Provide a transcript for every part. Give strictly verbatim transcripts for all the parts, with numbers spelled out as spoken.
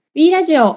B ラジオ。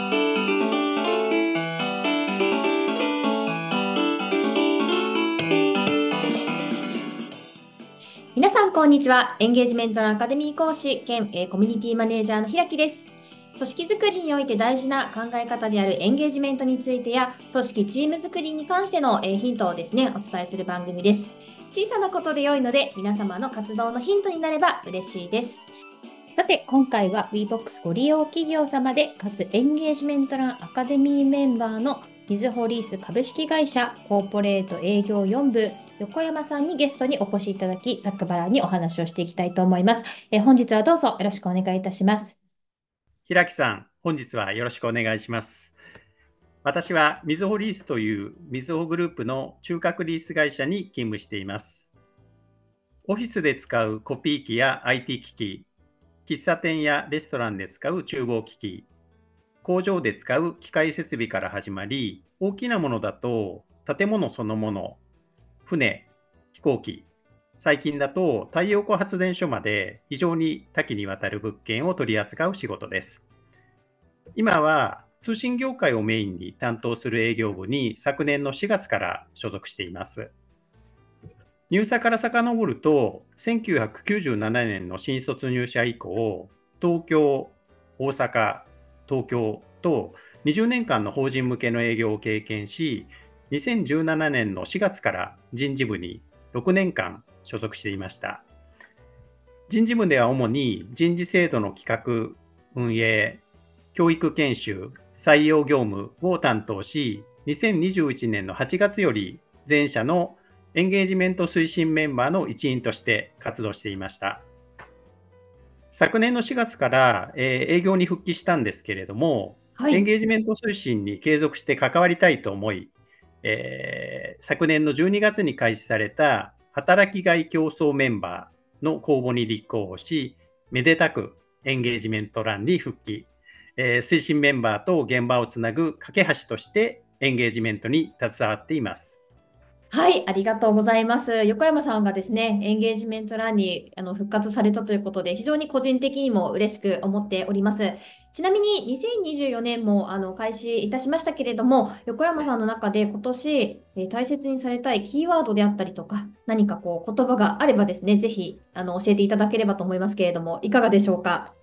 皆さんこんにちは。エンゲージメントのアカデミー講師兼、えーコミュニティマネージャーの平木です。組織づくりにおいて大事な考え方であるエンゲージメントについてや、組織チームづくりに関しての、えーヒントをですね、お伝えする番組です。小さなことで良いので、皆様の活動のヒントになれば嬉しいです。さて、今回は ウィーボックス ご利用企業様で、かつエンゲージメントランアカデミーメンバーのみずほリース株式会社コーポレート営業よん部横山さんにゲストにお越しいただき、ざっくばらんにお話をしていきたいと思います。え本日はどうぞよろしくお願いいたします。 平木さん、本日はよろしくお願いします。私はみずほリースというみずほグループの中核リース会社に勤務しています。オフィスで使うコピー機や アイティー 機器、喫茶店やレストランで使う厨房機器、工場で使う機械設備から始まり、大きなものだと建物そのもの、船、飛行機、最近だと太陽光発電所まで非常に多岐にわたる物件を取り扱う仕事です。今は通信業界をメインに担当する営業部に昨年のしがつから所属しています。入社から遡ると、せんきゅうひゃくきゅうじゅうななねんの新卒入社以降、東京、大阪、東京とにじゅうねんかんの法人向けの営業を経験し、にせんじゅうななねんのしがつから人事部にろくねんかん所属していました。人事部では主に人事制度の企画、運営、教育研修、採用業務を担当し、にせんにじゅういちねんのはちがつより全社のエンゲージメント推進メンバーの一員として活動していました。昨年のしがつから、えー営業に復帰したんですけれども、エンはい。 ゲージメント推進に継続して関わりたいと思い、えー昨年のじゅうにがつに開始された働きがい競争メンバーの公募に立候補し、めでたくエンゲージメント欄に復帰、えー推進メンバーと現場をつなぐ架け橋としてエンゲージメントに携わっています。 はい、ありがとうございます。横山さんがですね、エンゲージメントランにあの復活されたということで、非常に個人的にも嬉しく思っております。ちなみににせんにじゅうよねんもあの開始いたしましたけれども、横山さんの中で今年、えー大切にされたいキーワードであったりとか、何かこう言葉があればですね、ぜひあの教えていただければと思いますけれども、いかがでしょうか。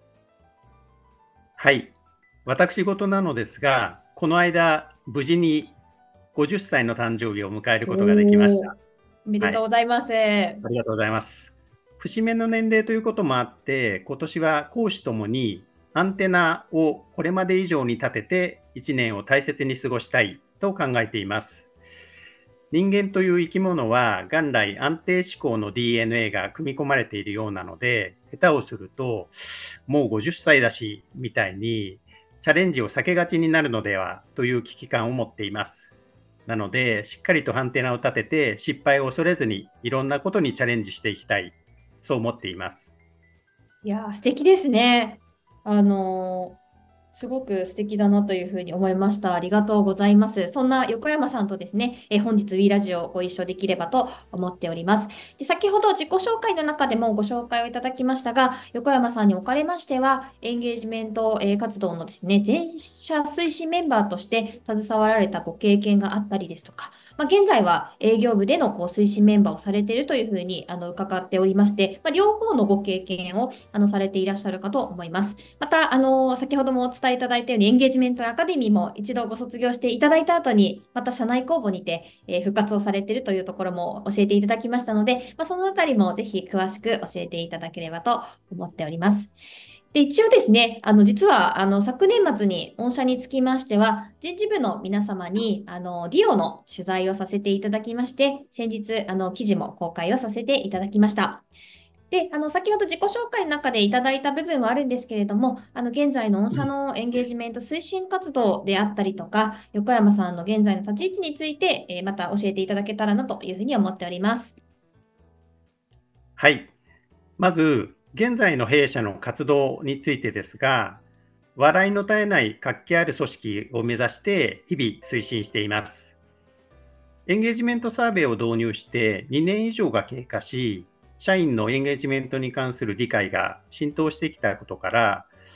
はい。私事なのですが、この間、無事にごじゅっさいの誕生日を迎えることができましおー、 た。 おめではい。 とうございます。 ありがとうございます。節目の年齢ということもあって、今年は講師ともにアンテナをこれまで以上に立てていちねんを大切に過ごしたいと考えています。人間という生き物は元来安定志向の ディーエヌエー が組み込まれているようなので、下手をするともうごじゅっさいだしみたいにチャレンジを避けがちになるのではという危機感を持っています。なので、しっかりとアンテナを立てて、失敗を恐れずに、いろんなことにチャレンジしていきたい。そう思っています。 いやー、素敵ですね。あのーすごく素敵だなというふうに思いました。ありがとうございます。そんな横山さんとですね、えー本日 We ラジオご一緒できればと思っております。で、先ほど自己紹介の中でもご紹介をいただきましたが、横山さんにおかれましては、エンゲージメント、えー活動のですね、全社推進メンバーとして携わられたご経験があったりですとか、まあ、現在は営業部でのこう推進メンバーをされているというふうにあの伺っておりまして、まあ、両方のご経験をあのされていらっしゃるかと思います。また、あの、先ほどもお伝えいただいたように、エンゲージメントアカデミーも一度ご卒業していただいた後に、また社内公募にて、えー復活をされているというところも教えていただきましたので、まあ、そのあたりもぜひ詳しく教えていただければと思っております。で、一応ですね、あの、実は、あの、昨年末に御社につきましては、人事部の皆様に、あの、ディオの取材をさせていただきまして、先日、あの、記事も公開をさせていただきました。で、あの、先ほど自己紹介の中でいただいた部分はあるんですけれども、あの、現在の御社のエンゲージメント推進活動であったりとか、横山さんの現在の立ち位置について、えーまた教えていただけたらなというふうに思っております。 はい。まず、現在の弊社の活動についてですが、笑いの絶えない活気ある組織を目指して日々推進しています。エンゲージメントサーベイを導入してにねん以上が経過し、社員のエンゲージメントに関する理解が浸透してきたことから、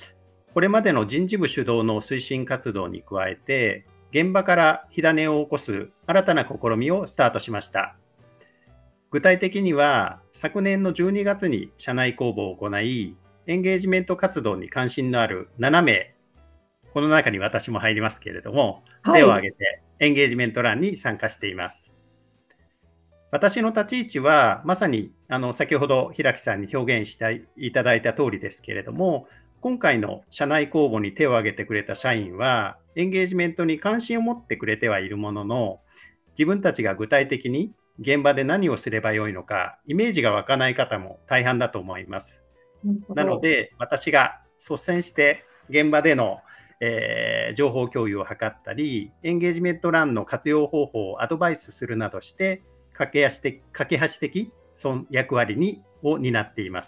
これまでの人事部主導の推進活動に加えて、現場から火種を起こす新たな試みをスタートしました。具体的には、昨年のじゅうにがつに社内公募を行い、エンゲージメント活動に関心のあるななめい、この中に私も入りますけれども、手をはい。 挙げてエンゲージメント欄に参加しています。私の立ち位置は、まさにあの先ほど平木さんに表現していただいた通りですけれども、今回の社内公募に手を挙げてくれた社員は、エンゲージメントに関心を持ってくれてはいるものの、自分たちが具体的に現場で何をすればよいのか、イメージが湧かない方も大半だと思います。 なるほど。 なので、私が率先して現場での、えー情報共有を図ったり、エンゲージメント欄の活用方法をアドバイスするなどして、架け橋的、架け橋的その役割にを担っています。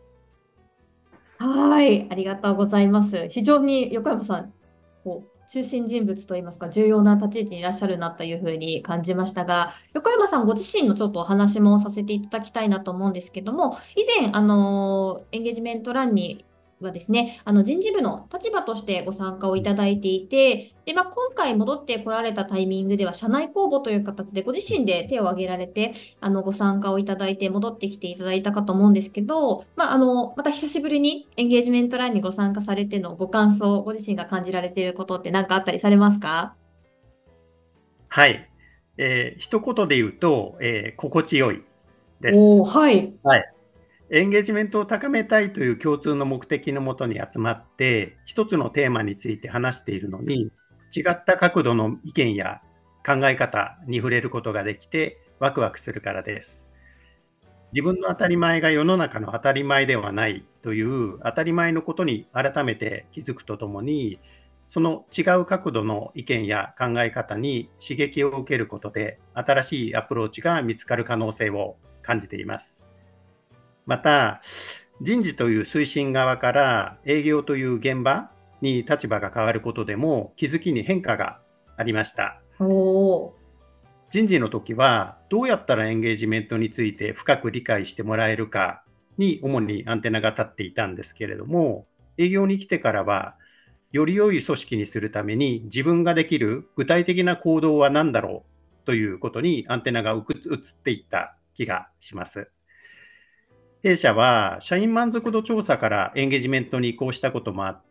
はい、ありがとうございます。非常に横山さん、こう中心人物といいますか、重要な立ち位置にいらっしゃるなというふうに感じましたが、横山さんご自身のちょっとお話もさせていただきたいなと思うんですけども、以前、あの、エンゲージメント欄にはですね、あの人事部の立場としてご参加をいただいていて、で、まあ、今回戻ってこられたタイミングでは、社内公募という形でご自身で手を挙げられて、あの、ご参加をいただいて戻ってきていただいたかと思うんですけど、まあ、あの、また久しぶりにエンゲージメント欄にご参加されてのご感想、ご自身が感じられていることって何かあったりされますか？ はい。えー一言で言うと、えー心地よいです。 おー、はい。 はい。エンゲージメントを高めたいという共通の目的のもとに集まって、一つのテーマについて話しているのに、違った角度の意見や考え方に触れることができて、ワクワクするからです。自分の当たり前が世の中の当たり前ではないという当たり前のことに改めて気づくとともに、その違う角度の意見や考え方に刺激を受けることで、新しいアプローチが見つかる可能性を感じています。また、人事という推進側から営業という現場に立場が変わることでも気づきに変化がありました。 おー。 人事の時はどうやったらエンゲージメントについて深く理解してもらえるかに主にアンテナが立っていたんですけれども、営業に来てからはより良い組織にするために自分ができる具体的な行動は何だろうということにアンテナが移っていった気がします。弊社は社員満足度調査からエンゲージメントに移行したこともあって、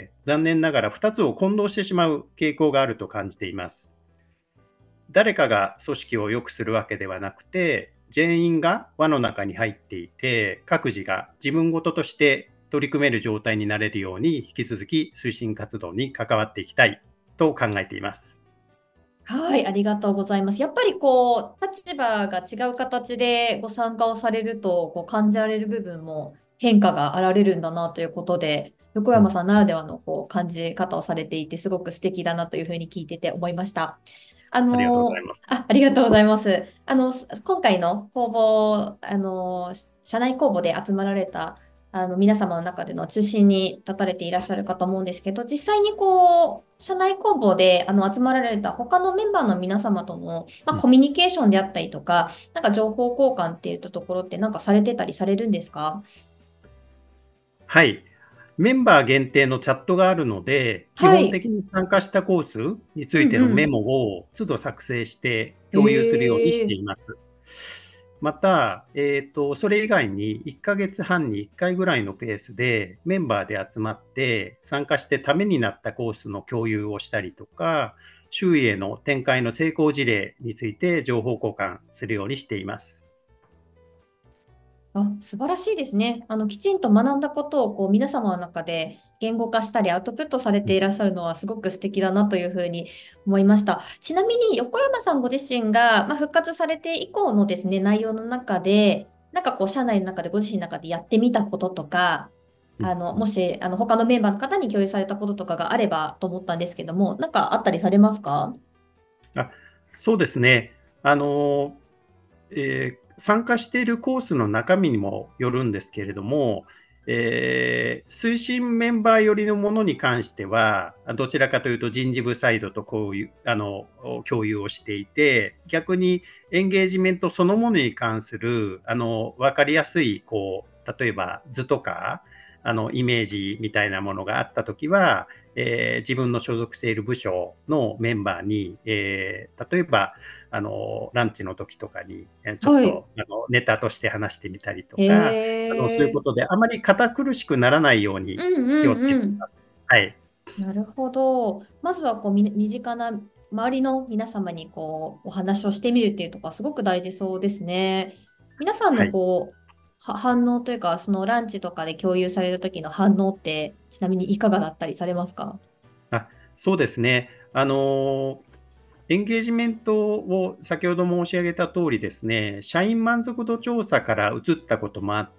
残念ながらふたつを混同してしまう傾向があると感じています。誰かが組織を良くするわけではなくて、全員が輪の中に入っていて、各自が自分ごととして取り組める状態になれるように、引き続き推進活動に関わっていきたいと考えています。 はい、ありがとうございます。やっぱりこう、立場が違う形でご参加をされると、こう感じられる部分も変化があられるんだなということで、横うん、 山さんならではのこう感じ方をされていて、すごく素敵だなというふうに聞いてて思いました。あありがとうございの、 ます。 あ、ありがとうございます。あの、す今回の公募、あの、社内公募で集まられたあの皆様の中での中心に立たれていらっしゃるかと思うんですけど、実際にこう、社内公募であの集まられた他のメンバーの皆様との、まあ、 うん、 コミュニケーションであったりとか、なんか情報交換っていったところってなんかされてたりされるんですか？ はい。メンバー限定のチャットがあるので、基はい。 本的に参加したコースにつういてのメんうん。 モを都度作成して共有するようにしへえ。 ています。また、えーと、それ以外にいっかげつはんにいっかいぐらいのペースでメンバーで集まって参加してためになったコースの共有をしたりとか、周囲への展開の成功事例について情報交換するようにしています。 あ、素晴らしいですね。あの、きちんと学んだことをこう皆様の中で言語化したりアウトプットされていらっしゃるのはすごく素敵だなというふうに思いました。ちなみに横山さんご自身が、まあ、復活されて以降のですね、内容の中で、なんかこう社内の中でご自身の中でやってみたこととか、 うん、 あの、もしあの他のメンバーの方に共有されたこととかがあればと思ったんですけども、なんかあったりされますか？ あ、そうですね。あの、えー参加しているコースの中身にもよるんですけれども、えー推進メンバー寄りのものに関しては、どちらかというと人事部サイドとこういうあの共有をしていて、逆にエンゲージメントそのものに関するあの分かりやすいこう例えば図とかあのイメージみたいなものがあったときは、えー自分の所属している部署のメンバーに、えー例えばあのランチの時とかに、えーちょっはい。 とあのネタとして話してみたりとへか、あのそういうこえ。 とであまり堅苦しくならないようにうん気をつけうんうん。 ています。はい。 なるほど。まずはこうみ身近な周りの皆様にこうお話をしてみるっていうところはすごく大事そうですね。皆さんのはい。 こうは反応というか、そのランチとかで共有される時の反応ってちなみにいかがだったりされますか？ あ、そうですね。あの、エンゲージメントを先ほど申し上げた通りですね、社員満足度調査から移ったこともあって、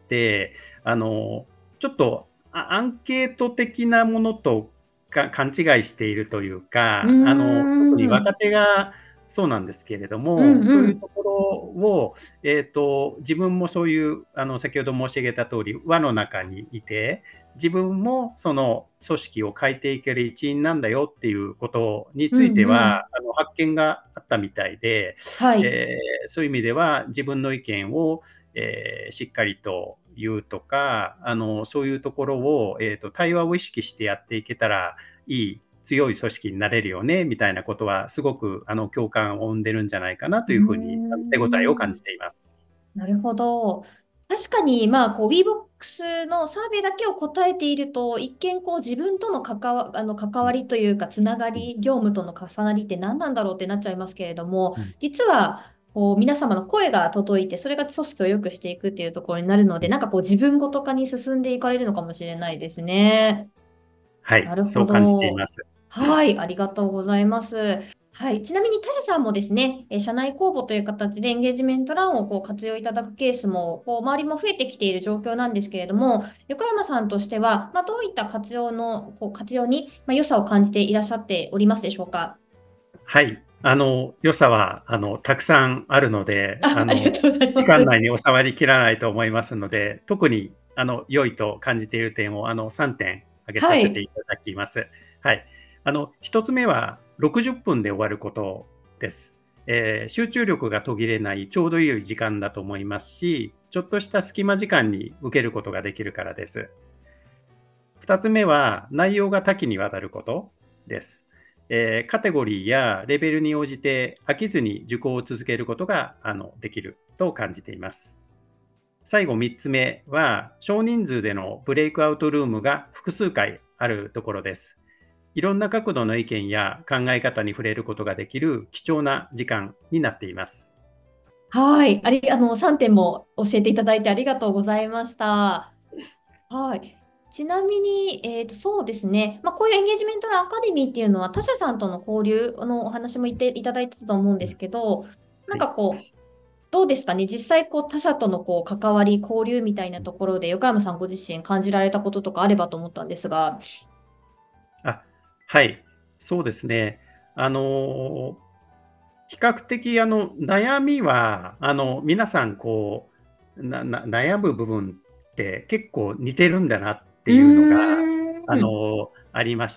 あの、ちょっとあアンケート的なものとか勘違いしているといううか、あの、特にーん。 若手がそうなんですけれどうも、 んうん。 そういうところを、えっと、自分もそういう、あの、先ほど申し上げた通り、輪の中にいて、自分もその組織を変えていける一員なんだよっていうことにうついては、 んうん。 あの、発見があったみたいで、 はい。 えーそういう意味では自分の意見を、えーしっかりと言うとか、あの、そういうところを、えっと、対話を意識してやっていけたらいい、強い組織になれるよね、みたいなことはすごく、あの、共感を生んでるんじゃないかなうーというふうに、あの、手応えを感ん。 じています。 なるほど。確かに、まあ、こう、WeBox のサーベイだけを答えていると、一見、こう、自分との関わ、あの、関うん、 わりというか、つながうん、 り、業務との重なりって何なんだろうってなっちゃいますけれども、 うん。 実は、こう、皆様の声が届いて、それが組織を良くしていくっていうところになるので、なんかこう、自分ごと化に進んでいかれるのかもしれないですね。 はい、 なるほそう感じていまど。 す。 はい、ありがとうございます。はい、ちなみに他社さんもですね、えー社内公募という形でエンゲージメント欄をこう活用いただくケースも、こう周りも増えてきている状況なんですけれども、横山さんとしては、まあ、どういった活用の、こう活用に、まあ、良さを感じていらっしゃっておりますでしょうか？ はい。あの、良さは、あの、たくさんあるので、 あ、 あの、 ありがとうござい時ます。 間内に収まりきらないと思いますので、特に、あの、良いと感じている点を、あの、さんてん挙げさせてはい。 いただきます。はい。あの、ひとつめはろくじゅっぷんで終わることです。えー集中力が途切れないちょうどいい時間だと思いますし、ちょっとした隙間時間に受けることができるからです。ふたつめは内容が多岐にわたることです。えーカテゴリーやレベルに応じて飽きずに受講を続けることがあのできると感じています。最後みっつめは少人数でのブレイクアウトルームが複数回あるところです。いろんな角度の意見や考え方に触れることができる貴重な時間になっています。 はい。あり、あの、さんてんも教えていただいてありがとうございました。はい。ちなみに、えーと、そうですね。まあ、こういうエンゲージメントのアカデミーっていうのは、他社さんとの交流のお話も言っていただいてたと思うんですけど、なんはい。 かこう、どうですかね。実際、こう、他社とのこう関わり、交流みたいなところで、横山さんご自身感じられたこととかあればと思ったんですが。 あ、はい。そうですね。あの比較的あの悩みは、あの皆さんこう、なな悩む部分って結構似てるんだなってういうのが、あーん。 の、ありまして、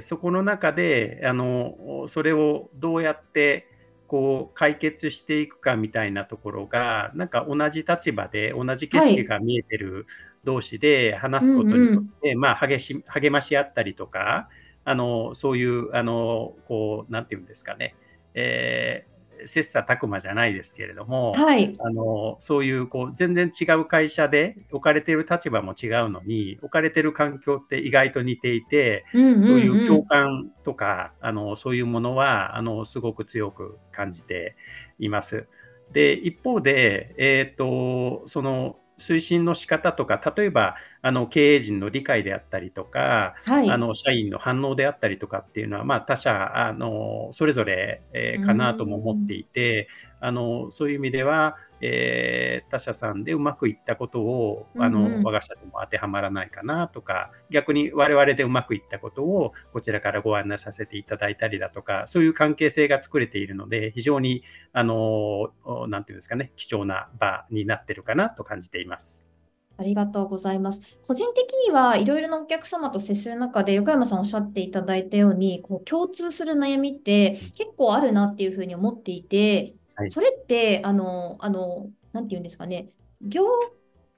そこの中で、あの、それをどうやってこう解決していくかみたいなところが、なんか同じ立場で同じ景はい。 色が見えてる同士で話うすことによんうん。 って、まあ、励し励まし合ったりとか、あの、そういうあの、こう、なんていうんですかね、えー切磋琢磨じゃないですけれども、 はい。 あのそういうこう全然違う会社で置かれている立場も違うのに、置かれている環境って意外と似ていて、 うんそういう共うんうん。 感とか、あのそういうものはあのすごく強く感じています。で、一方で、えーと、その推進の仕方とか、例えばあの経営陣の理解であったりとか、 はい。 あの社員の反応であったりとかっていうのは、まあ、他社あのそれぞれ、えうーーかなとも思ってん。 いて、あのそういう意味では、えー他社さんでうまくいったことをうあんうん。 の我が社でも当てはまらないかなとか、逆に我々でうまくいったことをこちらからご案内させていただいたりだとか、そういう関係性が作れているので、非常にあのなんていうんですかね、貴重な場になっているかなと感じています。 ありがとうございます。個人的にはいろいろなお客様と接する中で、横山さんおっしゃっていただいたように、こう共通する悩みって結構あるなっていうふうに思っていて、 はい。 それって、あの、あの、なんていうんですかね、業界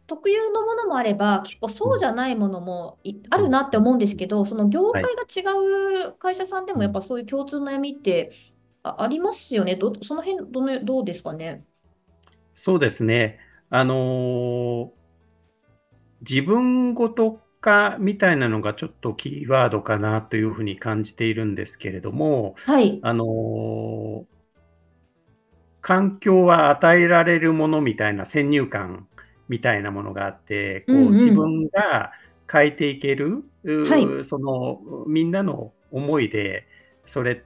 特有のものもあれば、結構うんそうじゃないものもいあうんるなって思うんですけど、その業はい。 界が違う会社さんでもやっぱうんそういう共通の悩みってあ、ありますよね。ど、その辺どの、どうですかね。 そうですね。あの、自分ごと化みたいなのがちょっとキーワードかなというふうに感じているんですけれども、 はい。 あの、環境は与えられるものみたいな先入観みたいなものがあって、 うこう自んうん。 分が変えていける、 はい。 うそのみんなの思いで、それって、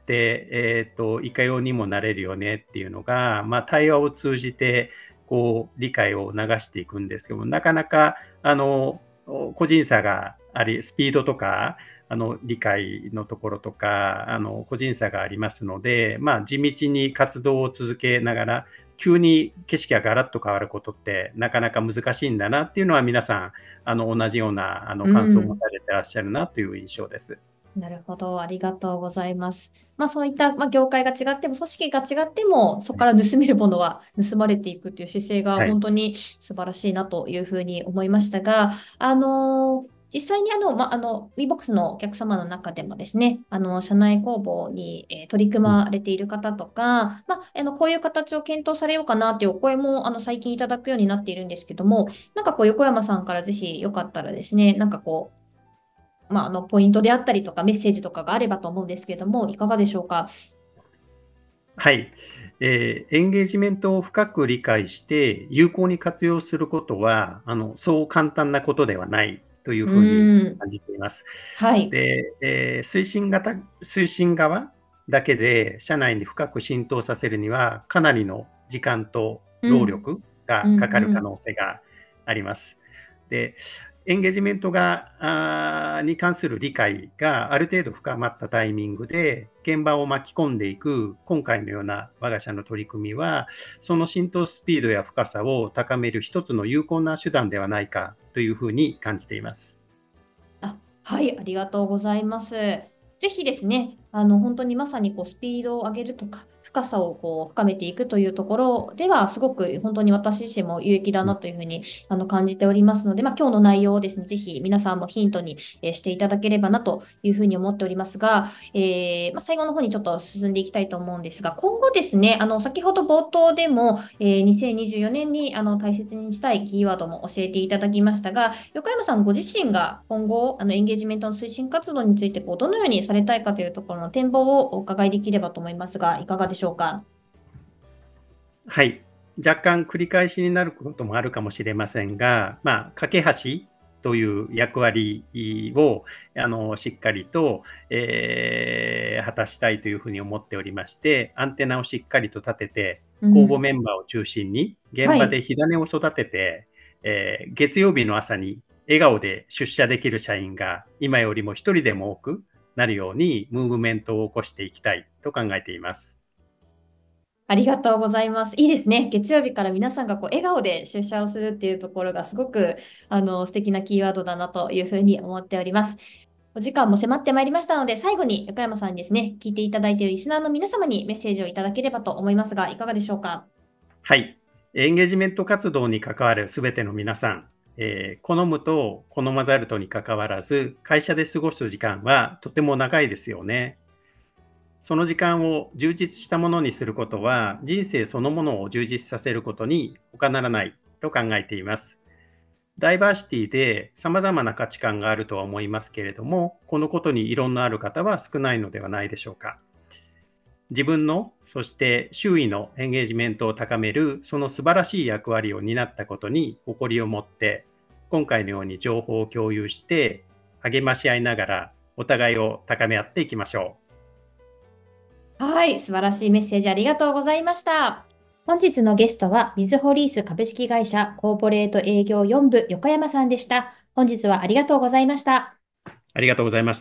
えっと、いかようにもなれるよねっていうのが、まあ、対話を通じて、こう理解を流していくんですけども、なかなかあの個人差があり、スピードとか、あの理解のところとか、あの個人差がありますので、まあ、地道に活動を続けながら、急に景色がガラッと変わることってなかなか難しいんだなっていうのは皆さんあの同じようなあのう感想を持ん。 たれてらっしゃるなという印象です。 なるほど。ありがとうございます。まあそういった、まあ、業界が違っても、組織が違っても、そこから盗めるものは盗まれていくという姿勢がはい。 本当に素晴らしいなというふうに思いましたが、あのー実際にあの、まあ、あの、ウィーボックスのお客様の中でもですね、あの、社内公募に、えー取り組うん、 まれている方とか、まあ、あの、こういう形を検討されようかなというお声も、あの、最近いただくようになっているんですけども、なんかこう、横山さんからぜひよかったらですね、なんかこう、まあ、あの、ポイントであったりとか、メッセージとかがあればと思うんですけれども、いかがでしょうか。 はい、えーエンゲージメントを深く理解して有効に活用することはあのそう簡単なことではないといううふうにーん。 感じています。 はい。 で、えー推進型推進側だけで社内に深く浸透させるにはかなりの時間とうん。 労力うがかかる可んうん。 能性があります。で、エンゲージメントがあーに関する理解がある程度深まったタイミングで現場を巻き込んでいく今回のような我が社の取り組みはその浸透スピードや深さを高める一つの有効な手段ではないかというふうに感じています。 あ、はい、ありがとうございます。ぜひですね、あの、本当にまさにこうスピードを上げるとか、深さをこう深めていくというところでは、すごく本当に私自身も有益だうんなというふうにあの感じておりますので、まあ、今日の内容をですね、ぜひ皆さんもヒントにえーしていただければなというふうに思っておりますが、えーまあ、最後の方にちょっと進んでいきたいと思うんですが、今後ですね、あの、先ほど冒頭でも、えーにせんにじゅうよねんにあの大切にしたいキーワードも教えていただきましたが、横山さんご自身が今後、あのエンゲージメントの推進活動についてこうどのようにされたいかというところの展望をお伺いできればと思いますが、いかがでしょうか。 はい。若干繰り返しになることもあるかもしれませんが、まあ、架け橋という役割をあのしっかりと、えー果たしたいというふうに思っておりまして、アンテナをしっかりと立てて、公募うん。 メンバーを中心に現場はい。 で火種を育てて、えー月曜日の朝に笑顔で出社できる社員が今よりも一人でも多くなるようにムーブメントを起こしていきたいと考えています。 ありがとうございます。いいですね。月曜日から皆さんがこう笑顔で出社をするっていうところがすごくあの素敵なキーワードだなというふうに思っております。お時間も迫ってまいりましたので、最後に横山さんにですね、聞いていただいているリスナーの皆様にメッセージをいただければと思いますが、いかがでしょうか。 はい。エンゲージメント活動に関わるすべての皆さん、えー好むと好まざるとにかかわらず、会社で過ごす時間はとても長いですよね。その時間を充実したものにすることは、人生そのものを充実させることに他ならないと考えています。ダイバーシティで様々な価値観があるとは思いますけれども、このことに異論のある方は少ないのではないでしょうか。自分の、そして周囲のエンゲージメントを高める、その素晴らしい役割を担ったことに誇りを持って、今回のように情報を共有して、励まし合いながら、お互いを高め合っていきましょはい、素晴らしいメッセージありがとうございました。本日のゲストは、みずほリース株式会社コーポレート営業よん部横山さんでした。本日はありがとうございました。 う。ありがとうございました。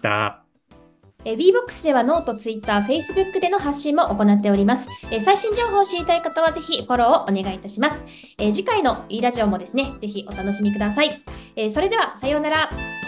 えー ウィーボックス ではノート、ツイッター、フェイスブック での発信も行っております。えー最新情報を知りたい方はぜひフォローをお願いいたします。えー次回の E ラジオもですね、ぜひお楽しみください。えーそれでは、さようなら。